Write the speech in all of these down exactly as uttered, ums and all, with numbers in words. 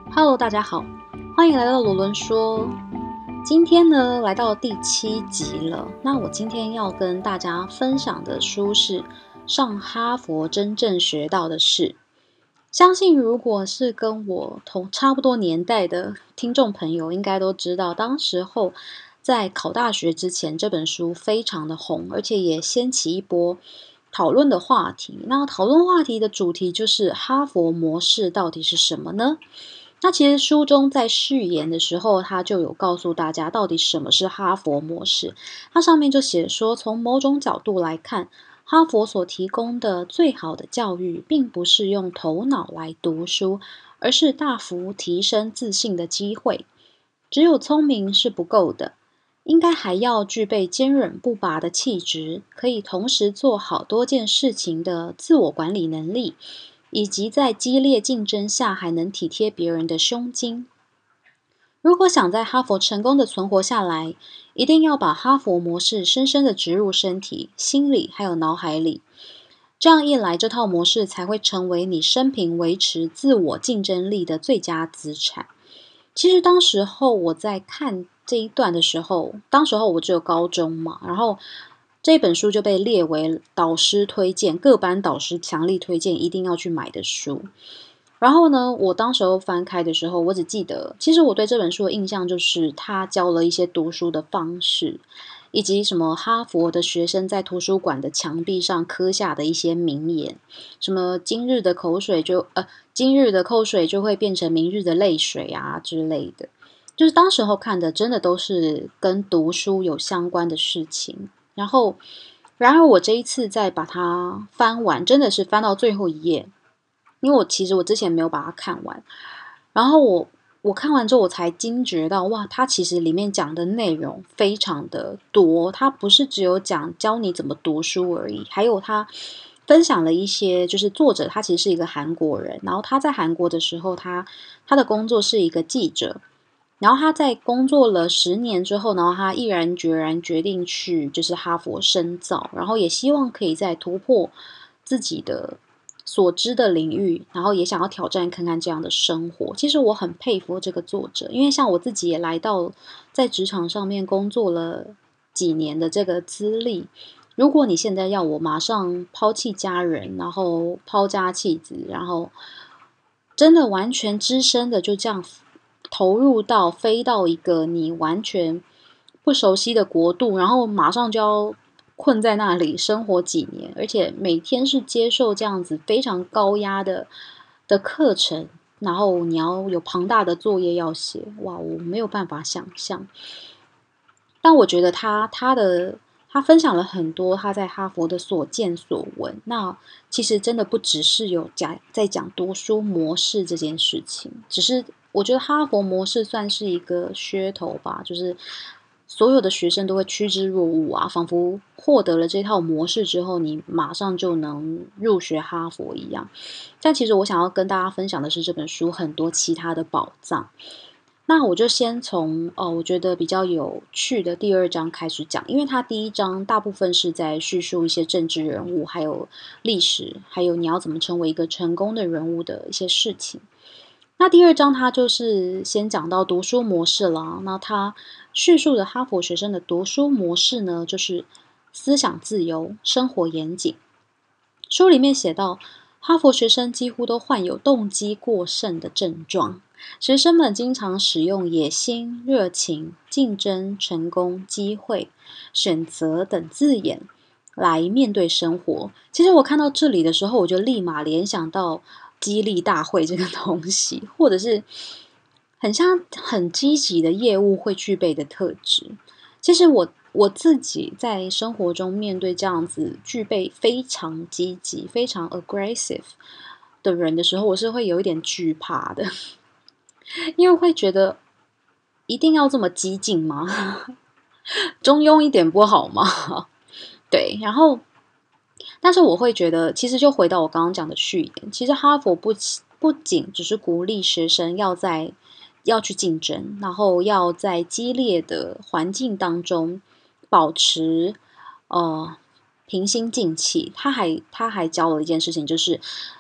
Hello，大家好，欢迎来到罗伦说。今天呢，来到第七集了。那我今天要跟大家分享的书是《上哈佛真正学到的事》。相信如果是跟我同差不多年代的听众朋友，应该都知道，当时候在考大学之前，这本书非常的红，而且也掀起一波讨论的话题。那讨论话题的主题就是哈佛模式到底是什么呢？那其实书中在序言的时候，他就有告诉大家到底什么是哈佛模式。它上面就写说，从某种角度来看，哈佛所提供的最好的教育，并不是用头脑来读书，而是大幅提升自信的机会。只有聪明是不够的，应该还要具备坚韧不拔的气质，可以同时做好多件事情的自我管理能力，以及在激烈竞争下还能体贴别人的胸襟。如果想在哈佛成功的存活下来，一定要把哈佛模式深深的植入身体、心里还有脑海里。这样一来，这套模式才会成为你生平维持自我竞争力的最佳资产。其实当时候我在看这一段的时候，当时候我只有高中嘛，然后这本书就被列为导师推荐，各班导师强力推荐一定要去买的书。然后呢，我当时候翻开的时候，我只记得，其实我对这本书的印象就是他教了一些读书的方式，以及什么哈佛的学生在图书馆的墙壁上刻下的一些名言，什么今日的口水就呃，今日的口水就会变成明日的泪水啊之类的。就是当时候看的，真的都是跟读书有相关的事情。然后，然而我这一次再把它翻完，真的是翻到最后一页。因为我其实我之前没有把它看完，然后我我看完之后，我才惊觉到，哇，它其实里面讲的内容非常的多，它不是只有讲教你怎么读书而已，还有他分享了一些，就是作者他其实是一个韩国人，然后他在韩国的时候，他他的工作是一个记者，然后他在工作了十年之后，然后他毅然决然决定去就是哈佛深造，然后也希望可以再突破自己的所知的领域，然后也想要挑战看看这样的生活。其实我很佩服这个作者，因为像我自己也来到在职场上面工作了几年的这个资历。如果你现在要我马上抛弃家人，然后抛家弃子，然后真的完全只身的就这样投入到飞到一个你完全不熟悉的国度，然后马上就要困在那里生活几年，而且每天是接受这样子非常高压的的课程，然后你要有庞大的作业要写，哇，我没有办法想象。但我觉得他他的他分享了很多他在哈佛的所见所闻，那其实真的不只是有讲在讲读书模式这件事情，只是我觉得哈佛模式算是一个噱头吧，就是所有的学生都会趋之若鹜啊，仿佛获得了这套模式之后，你马上就能入学哈佛一样。但其实我想要跟大家分享的是这本书很多其他的宝藏。那我就先从哦，我觉得比较有趣的第二章开始讲，因为它第一章大部分是在叙述一些政治人物，还有历史，还有你要怎么成为一个成功的人物的一些事情。那第二章它就是先讲到读书模式啦。那它叙述的哈佛学生的读书模式呢，就是思想自由，生活严谨。书里面写到，哈佛学生几乎都患有动机过剩的症状。学生们经常使用野心、热情、竞争、成功、机会、选择等字眼来面对生活。其实我看到这里的时候，我就立马联想到激励大会这个东西，或者是很像很积极的业务会具备的特质。其实我我自己在生活中面对这样子具备非常积极、非常 aggressive 的人的时候，我是会有一点惧怕的。因为会觉得一定要这么激进吗？中庸一点不好吗？对，然后，但是我会觉得，其实就回到我刚刚讲的序言，其实哈佛不不仅只是鼓励学生要在要去竞争，然后要在激烈的环境当中保持呃平心静气，他还他还教了一件事情，就是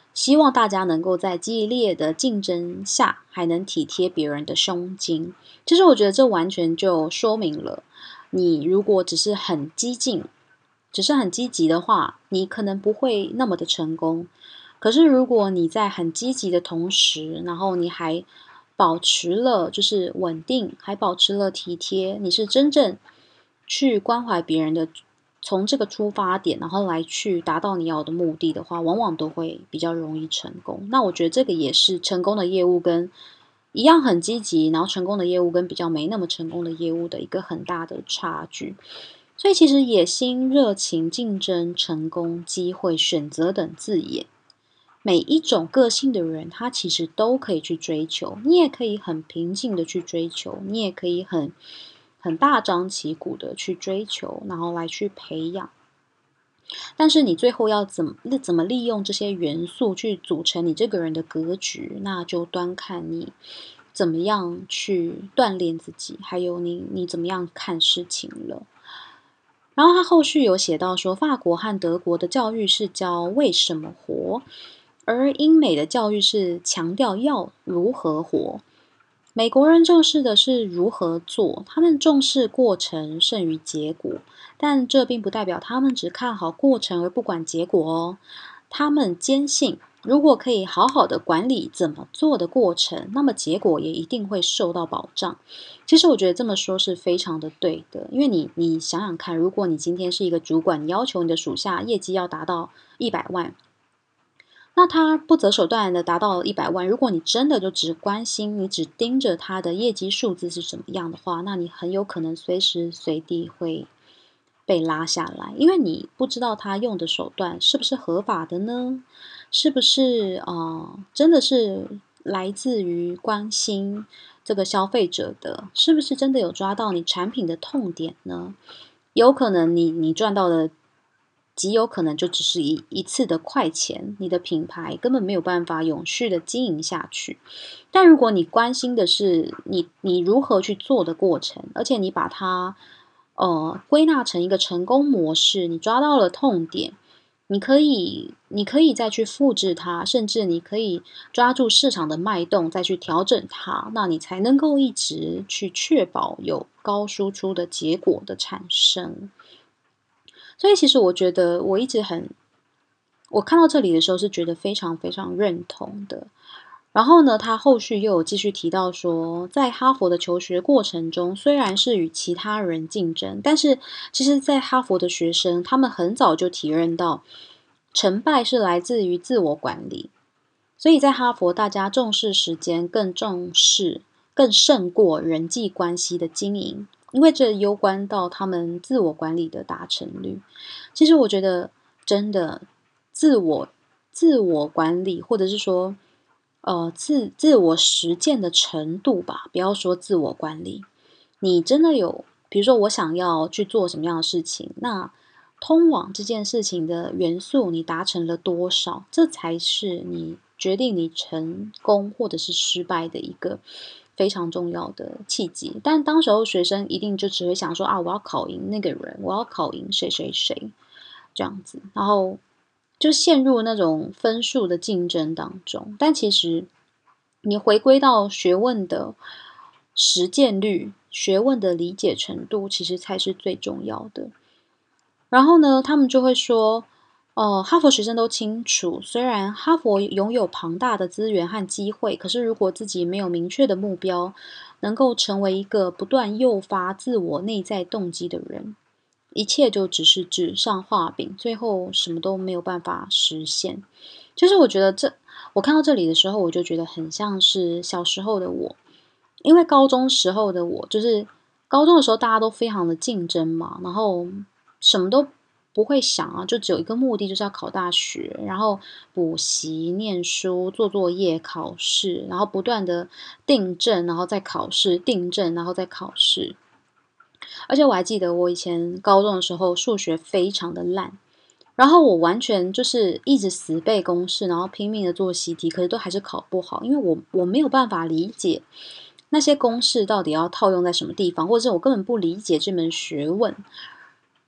希望大家能够在激烈的竞争下，还能体贴别人的胸襟。其实我觉得这完全就说明了，你如果只是很激进，只是很积极的话，你可能不会那么的成功。可是如果你在很积极的同时，然后你还保持了就是稳定，还保持了体贴，你是真正去关怀别人的，从这个出发点，然后来去达到你要的目的的话，往往都会比较容易成功。那我觉得这个也是成功的业务跟一样很积极，然后成功的业务跟比较没那么成功的业务的一个很大的差距。所以其实野心、热情、竞争、成功、机会、选择等字眼，每一种个性的人，他其实都可以去追求。你也可以很平静的去追求，你也可以很很大张旗鼓的去追求，然后来去培养。但是你最后要怎么怎么利用这些元素去组成你这个人的格局，那就端看你怎么样去锻炼自己，还有你你怎么样看事情了。然后他后续有写到说，法国和德国的教育是教为什么活，而英美的教育是强调要如何活。美国人重视的是如何做，他们重视过程胜于结果，但这并不代表他们只看好过程而不管结果哦。他们坚信，如果可以好好的管理怎么做的过程，那么结果也一定会受到保障。其实我觉得这么说是非常的对的，因为你你想想看，如果你今天是一个主管，你要求你的属下业绩要达到一百万，那他不择手段的达到了一百万，如果你真的就只关心，你只盯着他的业绩数字是怎么样的话，那你很有可能随时随地会被拉下来，因为你不知道他用的手段是不是合法的呢？是不是呃真的是来自于关心这个消费者的？是不是真的有抓到你产品的痛点呢？有可能你你赚到的极有可能就只是一一次的快钱，你的品牌根本没有办法永续的经营下去。但如果你关心的是你你如何去做的过程，而且你把它呃归纳成一个成功模式，你抓到了痛点，你可以你可以再去复制它，甚至你可以抓住市场的脉动再去调整它，那你才能够一直去确保有高输出的结果的产生。所以其实我觉得我一直很，我看到这里的时候是觉得非常非常认同的。然后呢，他后续又有继续提到说，在哈佛的求学过程中，虽然是与其他人竞争，但是其实在哈佛的学生，他们很早就体认到，成败是来自于自我管理。所以在哈佛，大家重视时间，更重视，更胜过人际关系的经营。因为这攸关到他们自我管理的达成率。其实我觉得，真的自我自我管理，或者是说，呃，自自我实践的程度吧，不要说自我管理，你真的有，比如说我想要去做什么样的事情，那通往这件事情的元素，你达成了多少，这才是你决定你成功或者是失败的一个非常重要的契机。但当时候学生一定就只会想说啊，我要考赢那个人，我要考赢谁谁谁这样子，然后就陷入那种分数的竞争当中。但其实你回归到学问的实践率、学问的理解程度，其实才是最重要的。然后呢，他们就会说，哦，哈佛学生都清楚，虽然哈佛拥有庞大的资源和机会，可是如果自己没有明确的目标，能够成为一个不断诱发自我内在动机的人，一切就只是纸上画饼，最后什么都没有办法实现。就是我觉得这，我看到这里的时候，我就觉得很像是小时候的我，因为高中时候的我，就是高中的时候大家都非常的竞争嘛，然后什么都不会想啊，就只有一个目的，就是要考大学，然后补习、念书、做作业、考试，然后不断的订正，然后再考试，订正，然后再考试。而且我还记得我以前高中的时候数学非常的烂，然后我完全就是一直死背公式，然后拼命的做习题，可是都还是考不好，因为我我没有办法理解那些公式到底要套用在什么地方，或者是我根本不理解这门学问。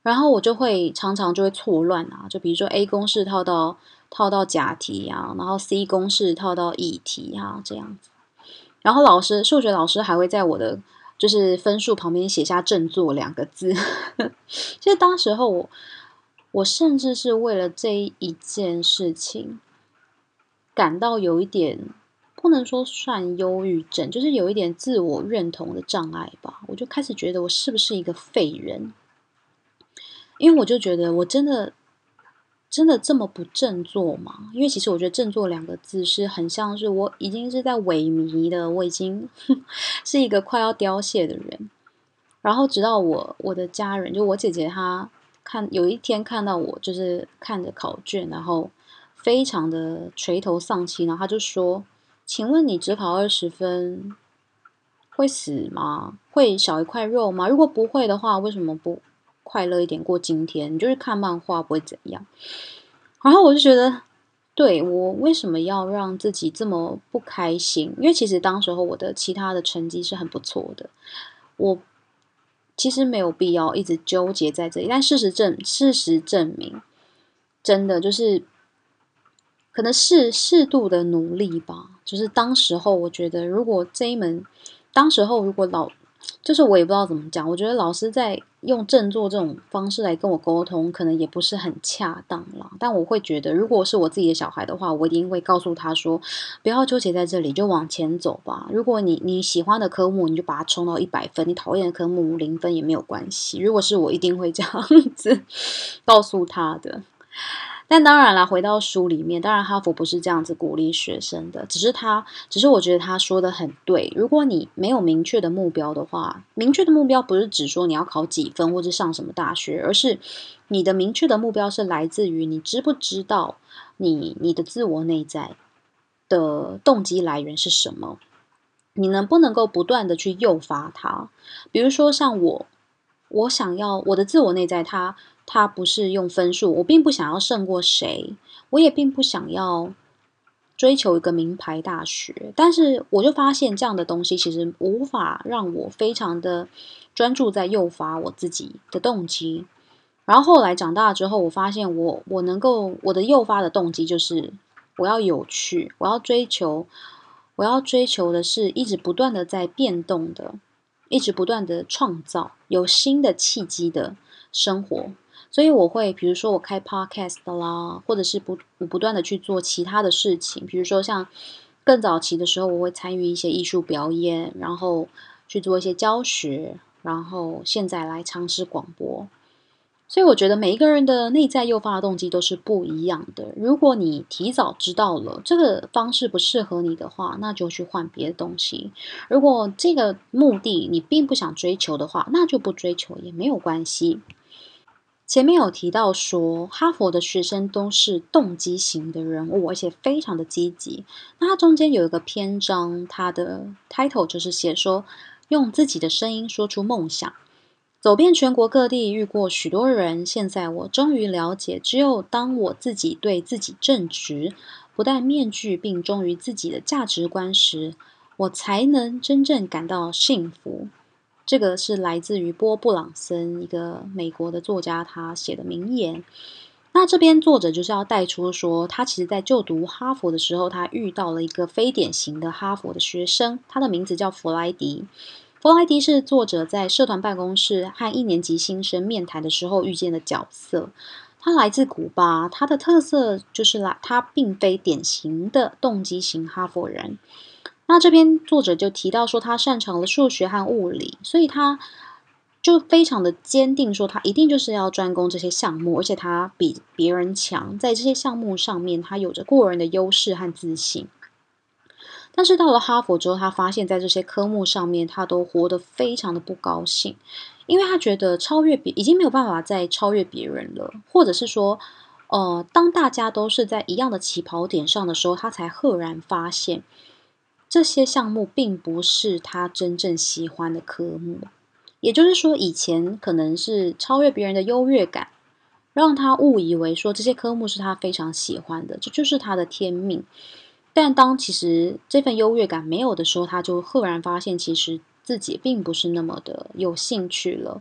然后我就会常常就会错乱啊，就比如说 A 公式套到套到假题啊，然后 C 公式套到乙题啊，这样子。然后老师数学老师还会在我的就是分数旁边写下正坐两个字。其实当时候我我甚至是为了这一件事情感到有一点不能说算忧郁症，就是有一点自我认同的障碍吧。我就开始觉得我是不是一个废人，因为我就觉得我真的真的这么不振作吗？因为其实我觉得振作两个字是很像是我已经是在萎靡的，我已经是一个快要凋谢的人。然后直到我我的家人，就我姐姐她看有一天看到我就是看着考卷，然后非常的垂头丧气，然后她就说：“请问你只考二十分，会死吗？会少一块肉吗？如果不会的话，为什么不快乐一点过今天？你就是看漫画不会怎样。”然后我就觉得，对，我为什么要让自己这么不开心？因为其实当时候我的其他的成绩是很不错的，我其实没有必要一直纠结在这里。但事实证事实证明，真的就是可能是适度的努力吧。就是当时候我觉得，如果这一门，当时候如果老就是我也不知道怎么讲，我觉得老师在用振作这种方式来跟我沟通，可能也不是很恰当啦。但我会觉得，如果是我自己的小孩的话，我一定会告诉他说，不要纠结在这里，就往前走吧。如果你你喜欢的科目，你就把它冲到一百分；你讨厌的科目零分也没有关系。如果是我，一定会这样子告诉他的。但当然啦，回到书里面，当然哈佛不是这样子鼓励学生的，只是他，只是我觉得他说的很对。如果你没有明确的目标的话，明确的目标不是指说你要考几分或者上什么大学，而是你的明确的目标是来自于你知不知道你你的自我内在的动机来源是什么，你能不能够不断的去诱发它？比如说像我，我想要我的自我内在它。他不是用分数，我并不想要胜过谁，我也并不想要追求一个名牌大学，但是我就发现这样的东西其实无法让我非常的专注在诱发我自己的动机。然后后来长大之后，我发现我我能够我的诱发的动机就是我要有趣，我要追求，我要追求的是一直不断的在变动的，一直不断的创造有新的契机的生活。所以我会，比如说我开 podcast 啦，或者是不我不断的去做其他的事情，比如说像更早期的时候，我会参与一些艺术表演，然后去做一些教学，然后现在来尝试广播。所以我觉得每一个人的内在诱发的动机都是不一样的。如果你提早知道了这个方式不适合你的话，那就去换别的东西。如果这个目的你并不想追求的话，那就不追求也没有关系。前面有提到说，哈佛的学生都是动机型的人物，而且非常的积极。那它中间有一个篇章，它的 title 就是写说，用自己的声音说出梦想。走遍全国各地，遇过许多人，现在我终于了解，只有当我自己对自己正直，不戴面具，并忠于自己的价值观时，我才能真正感到幸福。这个是来自于波布朗森，一个美国的作家，他写的名言。那这边作者就是要带出说，他其实在就读哈佛的时候，他遇到了一个非典型的哈佛的学生，他的名字叫弗莱迪。弗莱迪是作者在社团办公室和一年级新生面谈的时候遇见的角色。他来自古巴，他的特色就是来，他并非典型的动机型哈佛人。那这边作者就提到说，他擅长了数学和物理，所以他就非常的坚定说，他一定就是要专攻这些项目，而且他比别人强，在这些项目上面，他有着过人的优势和自信。但是到了哈佛之后，他发现在这些科目上面，他都活得非常的不高兴，因为他觉得超越别已经没有办法再超越别人了，或者是说，呃，当大家都是在一样的起跑点上的时候，他才赫然发现。这些项目并不是他真正喜欢的科目，也就是说，以前可能是超越别人的优越感，让他误以为说这些科目是他非常喜欢的，这就是他的天命。但当其实这份优越感没有的时候，他就赫然发现，其实自己并不是那么的有兴趣了。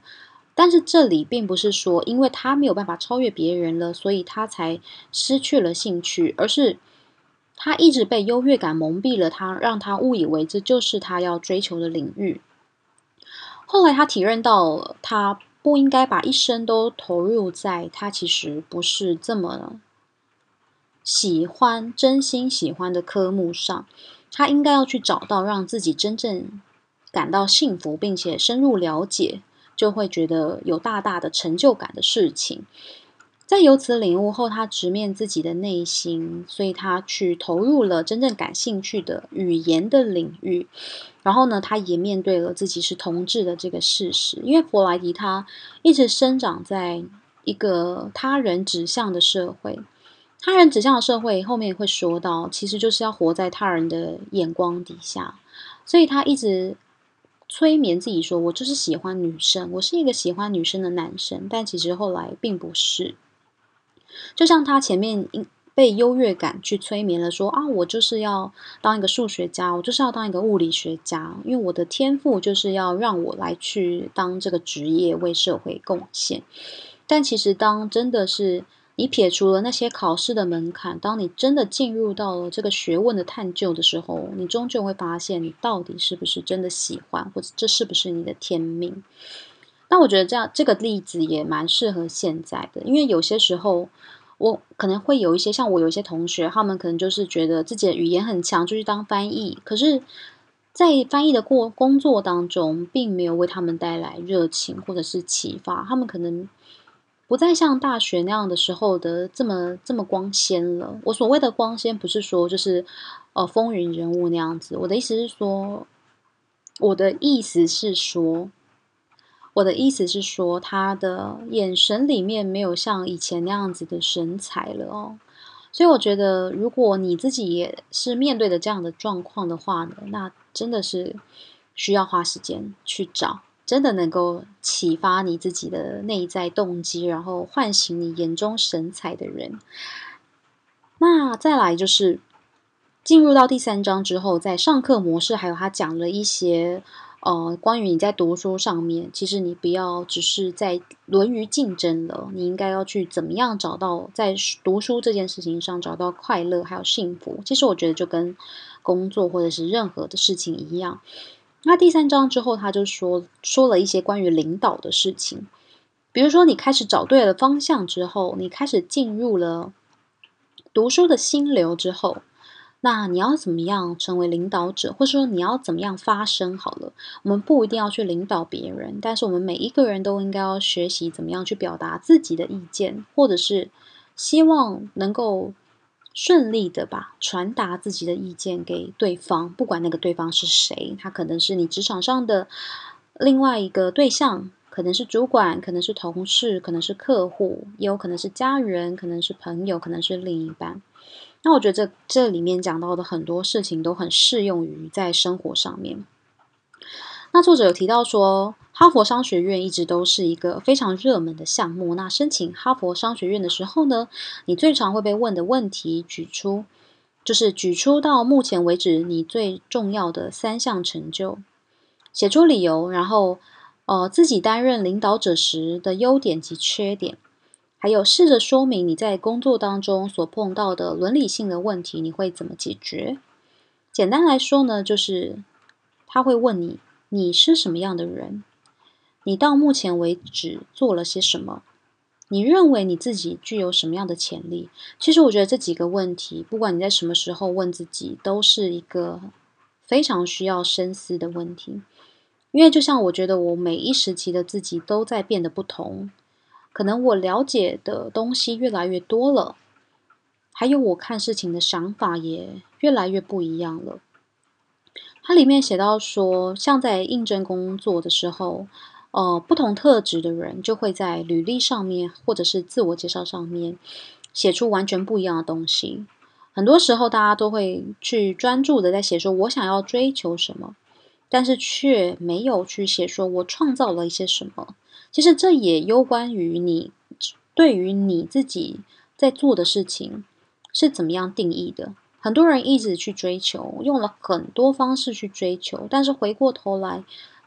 但是这里并不是说，因为他没有办法超越别人了，所以他才失去了兴趣，而是他一直被优越感蒙蔽了他，让他误以为这就是他要追求的领域。后来他体认到了，他不应该把一生都投入在他其实不是这么喜欢、真心喜欢的科目上，他应该要去找到让自己真正感到幸福，并且深入了解，就会觉得有大大的成就感的事情。在由此领悟后，他直面自己的内心，所以他去投入了真正感兴趣的语言的领域。然后呢，他也面对了自己是同志的这个事实，因为弗莱迪他一直生长在一个他人指向的社会，他人指向的社会后面会说到，其实就是要活在他人的眼光底下，所以他一直催眠自己说，我就是喜欢女生，我是一个喜欢女生的男生，但其实后来并不是。就像他前面被优越感去催眠了说，啊，我就是要当一个数学家，我就是要当一个物理学家，因为我的天赋就是要让我来去当这个职业，为社会贡献。但其实当真的是你撇除了那些考试的门槛，当你真的进入到了这个学问的探究的时候，你终究会发现你到底是不是真的喜欢，或者这是不是你的天命。那我觉得这样这个例子也蛮适合现在的，因为有些时候我可能会有一些像我有一些同学，他们可能就是觉得自己的语言很强，就去当翻译，可是在翻译的过工作当中，并没有为他们带来热情或者是启发，他们可能不再像大学那样的时候的这么这么光鲜了。我所谓的光鲜，不是说就是呃风云人物那样子，我的意思是说，我的意思是说。我的意思是说，他的眼神里面没有像以前那样子的神采了哦。所以我觉得，如果你自己也是面对的这样的状况的话呢，那真的是需要花时间去找，真的能够启发你自己的内在动机，然后唤醒你眼中神采的人。那再来就是进入到第三章之后，在上课模式，还有他讲了一些呃关于你在读书上面，其实你不要只是在沦于竞争了，你应该要去怎么样找到在读书这件事情上找到快乐还有幸福。其实我觉得就跟工作或者是任何的事情一样。那第三章之后，他就说说了一些关于领导的事情，比如说你开始找对了方向之后，你开始进入了读书的心流之后，那你要怎么样成为领导者，或者说你要怎么样发声好了。我们不一定要去领导别人，但是我们每一个人都应该要学习怎么样去表达自己的意见，或者是希望能够顺利的吧传达自己的意见给对方，不管那个对方是谁，他可能是你职场上的另外一个对象，可能是主管，可能是同事，可能是客户，也有可能是家人，可能是朋友，可能是另一半。那我觉得这这里面讲到的很多事情都很适用于在生活上面。那作者有提到说，哈佛商学院一直都是一个非常热门的项目。那申请哈佛商学院的时候呢，你最常会被问的问题，举出就是举出到目前为止你最重要的三项成就，写出理由，然后呃自己担任领导者时的优点及缺点。还有试着说明你在工作当中所碰到的伦理性的问题，你会怎么解决？简单来说呢，就是他会问你，你是什么样的人？你到目前为止做了些什么？你认为你自己具有什么样的潜力？其实我觉得这几个问题，不管你在什么时候问自己，都是一个非常需要深思的问题。因为就像我觉得我每一时期的自己都在变得不同。可能我了解的东西越来越多了，还有我看事情的想法也越来越不一样了。它里面写到说，像在应征工作的时候，呃，不同特质的人就会在履历上面或者是自我介绍上面写出完全不一样的东西。很多时候，大家都会去专注的在写说我想要追求什么，但是却没有去写说我创造了一些什么。其实这也攸关于你对于你自己在做的事情是怎么样定义的。很多人一直去追求，用了很多方式去追求，但是回过头来，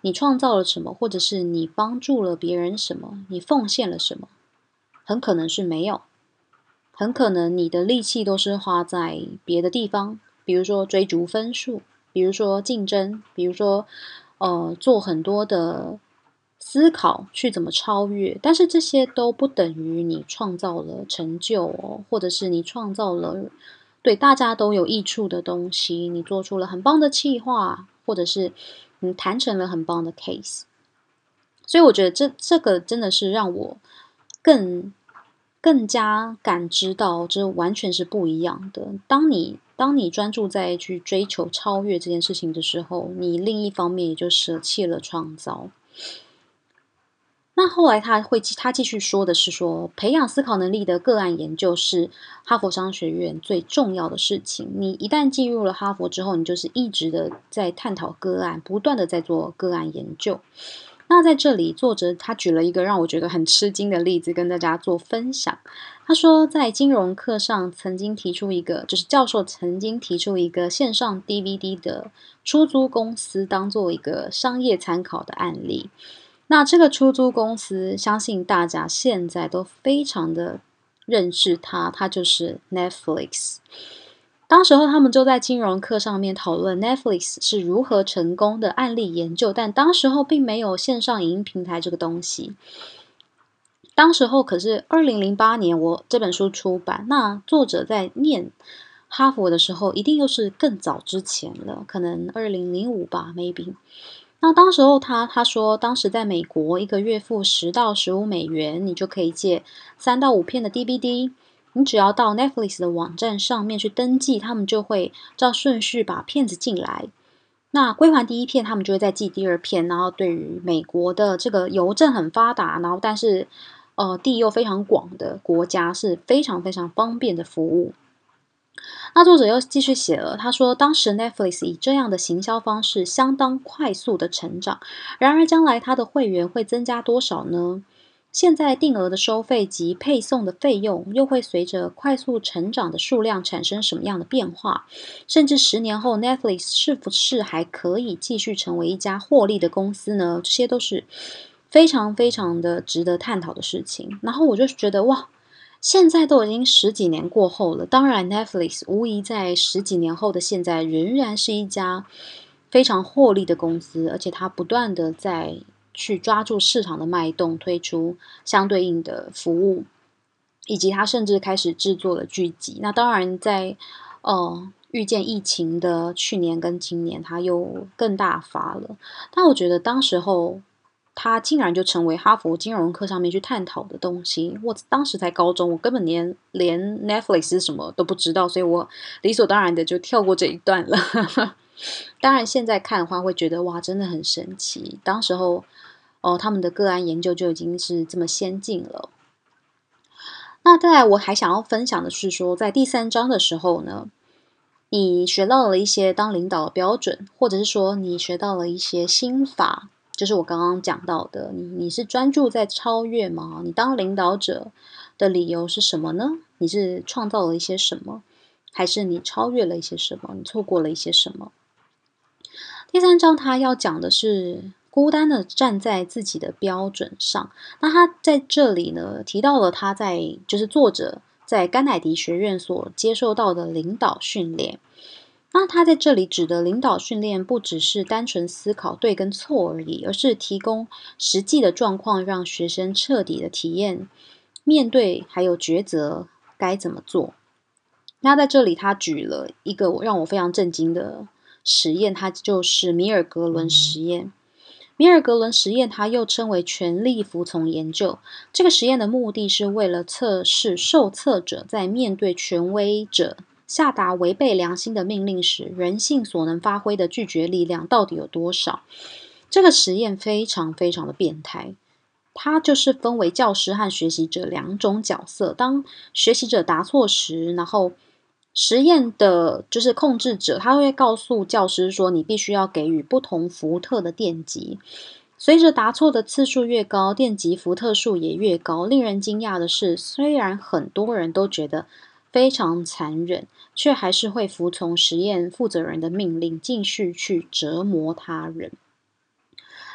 你创造了什么，或者是你帮助了别人什么，你奉献了什么？很可能是没有，很可能你的力气都是花在别的地方，比如说追逐分数，比如说竞争，比如说呃做很多的思考去怎么超越，但是这些都不等于你创造了成就哦，或者是你创造了对大家都有益处的东西，你做出了很棒的企划，或者是你谈成了很棒的 case。所以我觉得这这个真的是让我更更加感知到，这完全是不一样的。当你当你专注在去追求超越这件事情的时候，你另一方面也就舍弃了创造。那后来他会他继续说的是说，培养思考能力的个案研究是哈佛商学院最重要的事情。你一旦进入了哈佛之后，你就是一直的在探讨个案，不断的在做个案研究。那在这里，作者他举了一个让我觉得很吃惊的例子，跟大家做分享。他说，在金融课上曾经提出一个，就是教授曾经提出一个线上 D V D 的出租公司，当做一个商业参考的案例。那这个出租公司，相信大家现在都非常的认识它，它就是 Netflix。当时候他们就在金融课上面讨论 Netflix 是如何成功的案例研究，但当时候并没有线上影音平台这个东西。当时候可是二零零八年我这本书出版，那作者在念哈佛的时候，一定又是更早之前了，可能二零零五吧 ，maybe。那当时候他他说，当时在美国一个月付十到十五美元，你就可以借三到五片的 D V D。你只要到 Netflix 的网站上面去登记，他们就会照顺序把片子进来。那归还第一片，他们就会再寄第二片。然后对于美国的这个邮政很发达，然后但是呃地又非常广的国家，是非常非常方便的服务。那作者又继续写了，他说当时 Netflix 以这样的行销方式相当快速的成长，然而将来它的会员会增加多少呢？现在定额的收费及配送的费用又会随着快速成长的数量产生什么样的变化？甚至十年后 Netflix 是不是还可以继续成为一家获利的公司呢？这些都是非常非常的值得探讨的事情。然后我就觉得哇，现在都已经十几年过后了，当然 Netflix 无疑在十几年后的现在仍然是一家非常获利的公司，而且它不断的在去抓住市场的脉动，推出相对应的服务，以及它甚至开始制作了剧集。那当然在呃遇见疫情的去年跟今年，它又更大发了。但我觉得当时候它竟然就成为哈佛金融课上面去探讨的东西。我当时才高中，我根本连连 Netflix 是什么都不知道，所以我理所当然的就跳过这一段了。当然现在看的话，会觉得哇，真的很神奇。当时候哦，他们的个案研究就已经是这么先进了。那再来，我还想要分享的是说，在第三章的时候呢，你学到了一些当领导的标准，或者是说你学到了一些心法，就是我刚刚讲到的，你你是专注在超越吗？你当领导者的理由是什么呢？你是创造了一些什么，还是你超越了一些什么？你错过了一些什么？第三章他要讲的是孤单的站在自己的标准上。那他在这里呢提到了他在就是作者在甘乃迪学院所接受到的领导训练。那他在这里指的领导训练不只是单纯思考对跟错而已，而是提供实际的状况，让学生彻底的体验面对还有抉择该怎么做。那在这里他举了一个让我非常震惊的实验，它就是米尔格伦实验。米尔格伦实验它又称为权力服从研究。这个实验的目的是为了测试受测者在面对权威者下达违背良心的命令时，人性所能发挥的拒绝力量到底有多少。这个实验非常非常的变态，它就是分为教师和学习者两种角色。当学习者答错时，然后实验的就是控制者，他会告诉教师说，你必须要给予不同伏特的电极。随着答错的次数越高，电极伏特数也越高。令人惊讶的是，虽然很多人都觉得非常残忍，却还是会服从实验负责人的命令，继续去折磨他人。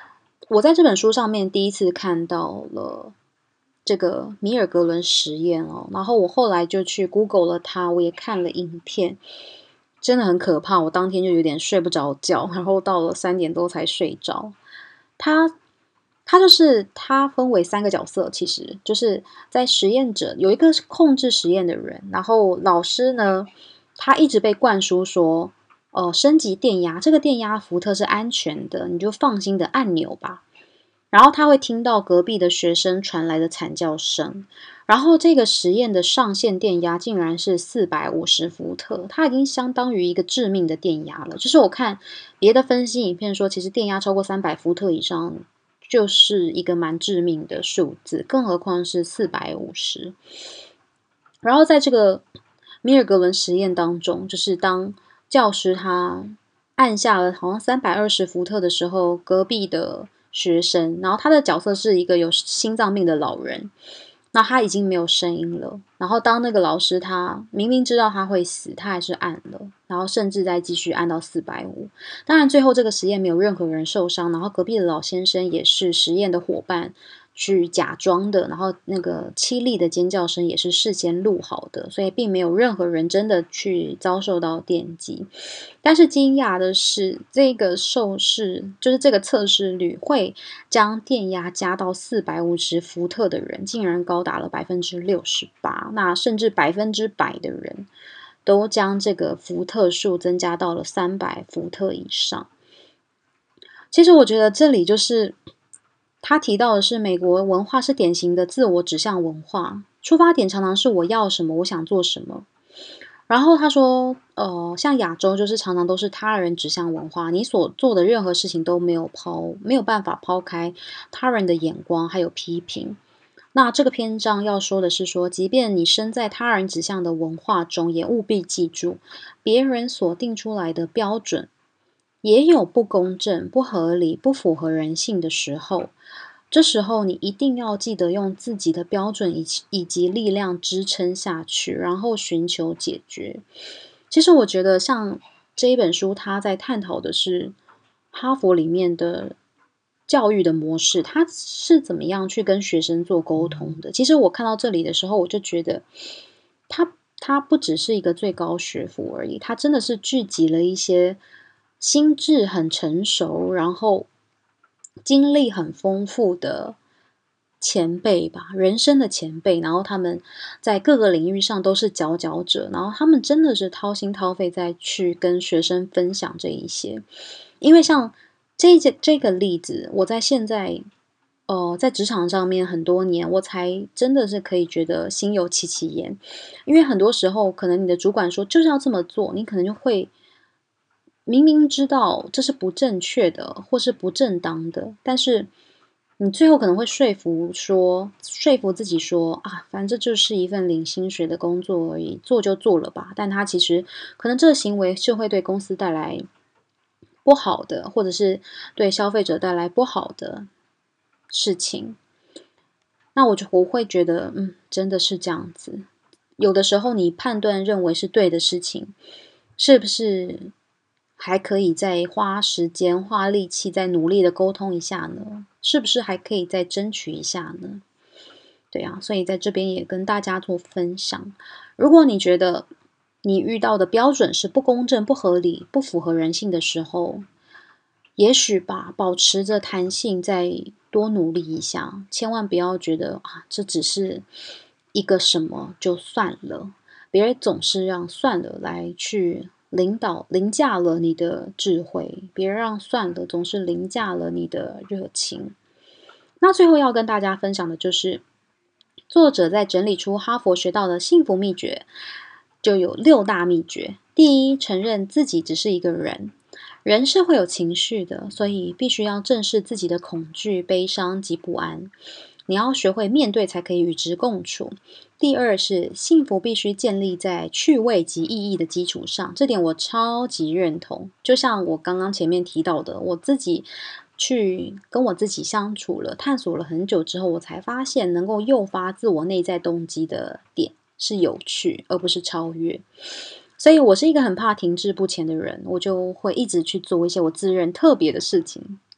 我在这本书上面第一次看到了这个米尔格伦实验哦，然后我后来就去 Google 了它，我也看了影片，真的很可怕，我当天就有点睡不着觉，然后到了三点多才睡着。它它就是它分为三个角色，其实就是在实验者有一个是控制实验的人，然后老师呢，他一直被灌输说，呃，升级电压，这个电压伏特是安全的，你就放心的按钮吧。然后他会听到隔壁的学生传来的惨叫声，然后这个实验的上限电压竟然是四百五十伏特，它已经相当于一个致命的电压了。就是我看别的分析影片说，其实电压超过三百伏特以上就是一个蛮致命的数字，更何况是四百五十。然后在这个米尔格伦实验当中，就是当教师他按下了好像三百二十伏特的时候，隔壁的学生，然后他的角色是一个有心脏病的老人，那他已经没有声音了。然后当那个老师他明明知道他会死，他还是按了，然后甚至再继续按到四百五。当然最后这个实验没有任何人受伤，然后隔壁的老先生也是实验的伙伴去假装的，然后那个凄厉的尖叫声也是事先录好的，所以并没有任何人真的去遭受到电击。但是惊讶的是，这个受试就是这个测试率会将电压加到四百五十伏特的人，竟然高达了百分之六十八，那甚至百分之百的人都将这个伏特数增加到了三百伏特以上。其实我觉得这里就是他提到的是，美国文化是典型的自我指向文化，出发点常常是我要什么，我想做什么。然后他说，呃，像亚洲就是常常都是他人指向文化，你所做的任何事情都没有抛，没有办法抛开他人的眼光还有批评。那这个篇章要说的是说，即便你身在他人指向的文化中，也务必记住，别人所定出来的标准也有不公正、不合理、不符合人性的时候。这时候你一定要记得用自己的标准以及以及力量支撑下去，然后寻求解决。其实我觉得像这一本书，它在探讨的是哈佛里面的教育的模式，它是怎么样去跟学生做沟通的。其实我看到这里的时候，我就觉得它它不只是一个最高学府而已，它真的是聚集了一些心智很成熟，然后经历很丰富的前辈吧，人生的前辈，然后他们在各个领域上都是佼佼者，然后他们真的是掏心掏肺在去跟学生分享这一些。因为像这这这个例子，我在现在呃在职场上面很多年，我才真的是可以觉得心有戚戚焉。因为很多时候，可能你的主管说就是要这么做，你可能就会明明知道这是不正确的，或是不正当的，但是你最后可能会说服说，说服自己说啊，反正这就是一份领薪水的工作而已，做就做了吧。但他其实可能这个行为是会对公司带来不好的，或者是对消费者带来不好的事情。那我就我会觉得，嗯，真的是这样子。有的时候你判断认为是对的事情，是不是还可以再花时间、花力气、再努力的沟通一下呢？是不是还可以再争取一下呢？对啊，所以在这边也跟大家做分享。如果你觉得你遇到的标准是不公正、不合理、不符合人性的时候，也许吧，保持着弹性，再多努力一下，千万不要觉得啊，这只是一个什么就算了。别人总是让算了来去领导凌驾了你的智慧，别让算了总是凌驾了你的热情。那最后要跟大家分享的就是，作者在整理出哈佛学到的幸福秘诀，就有六大秘诀。第一，承认自己只是一个人。人是会有情绪的，所以必须要正视自己的恐惧、悲伤及不安。你要学会面对，才可以与之共处。第二是幸福必须建立在趣味及意义的基础上，这点我超级认同。就像我刚刚前面提到的，我自己去跟我自己相处了、探索了很久之后，我才发现能够诱发自我内在动机的点是有趣，而不是超越。所以我是一个很怕停滞不前的人，我就会一直去做一些我自认特别的事情，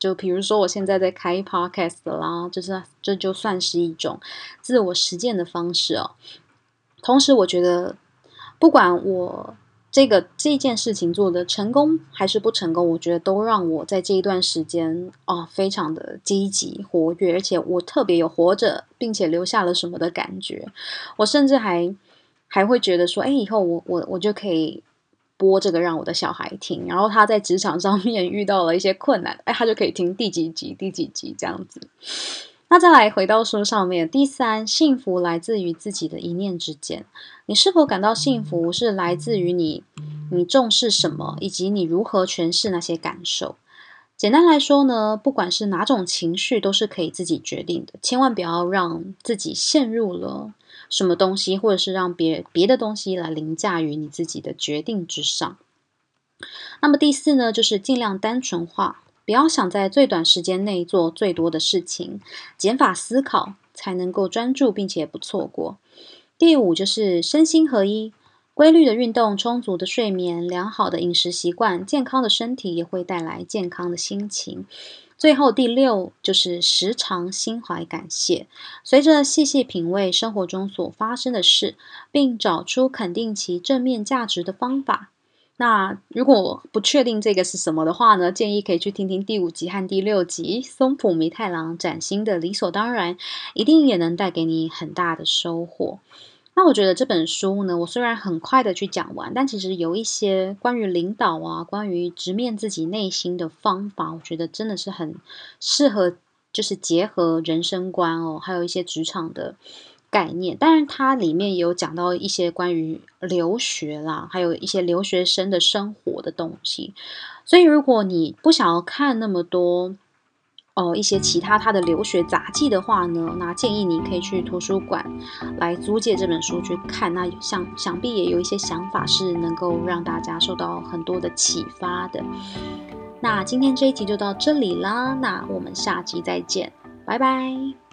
就比如说我现在在开 podcast 啦，就是这就算是一种自我实践的方式哦。同时我觉得不管我这个这件事情做的成功还是不成功，我觉得都让我在这一段时间哦非常的积极活跃，而且我特别有活着并且留下了什么的感觉。我甚至还还会觉得说，哎，以后我我我就可以播这个让我的小孩听，然后他在职场上面遇到了一些困难，哎，他就可以听第几集第几集这样子。那再来回到书上面，第三，幸福来自于自己的一念之间。你是否感到幸福是来自于你你重视什么，以及你如何诠释那些感受。简单来说呢，不管是哪种情绪都是可以自己决定的，千万不要让自己陷入了什么东西，或者是让别别的东西来凌驾于你自己的决定之上。那么第四呢，就是尽量单纯化，不要想在最短时间内做最多的事情，减法思考才能够专注并且不错过。第五就是身心合一，规律的运动、充足的睡眠、良好的饮食习惯，健康的身体也会带来健康的心情。最后第六就是时常心怀感谢，随着细细品味生活中所发生的事，并找出肯定其正面价值的方法。那如果不确定这个是什么的话呢，建议可以去听听第五集和第六集松浦弥太郎崭新的理所当然，一定也能带给你很大的收获。那我觉得这本书呢，我虽然很快的去讲完，但其实有一些关于领导啊，关于直面自己内心的方法，我觉得真的是很适合，就是结合人生观哦，还有一些职场的概念。当然它里面也有讲到一些关于留学啦，还有一些留学生的生活的东西。所以如果你不想要看那么多哦，一些其他他的留学杂记的话呢，那建议你可以去图书馆来租借这本书去看。那想想必也有一些想法是能够让大家受到很多的启发的。那今天这一集就到这里啦，那我们下集再见，拜拜。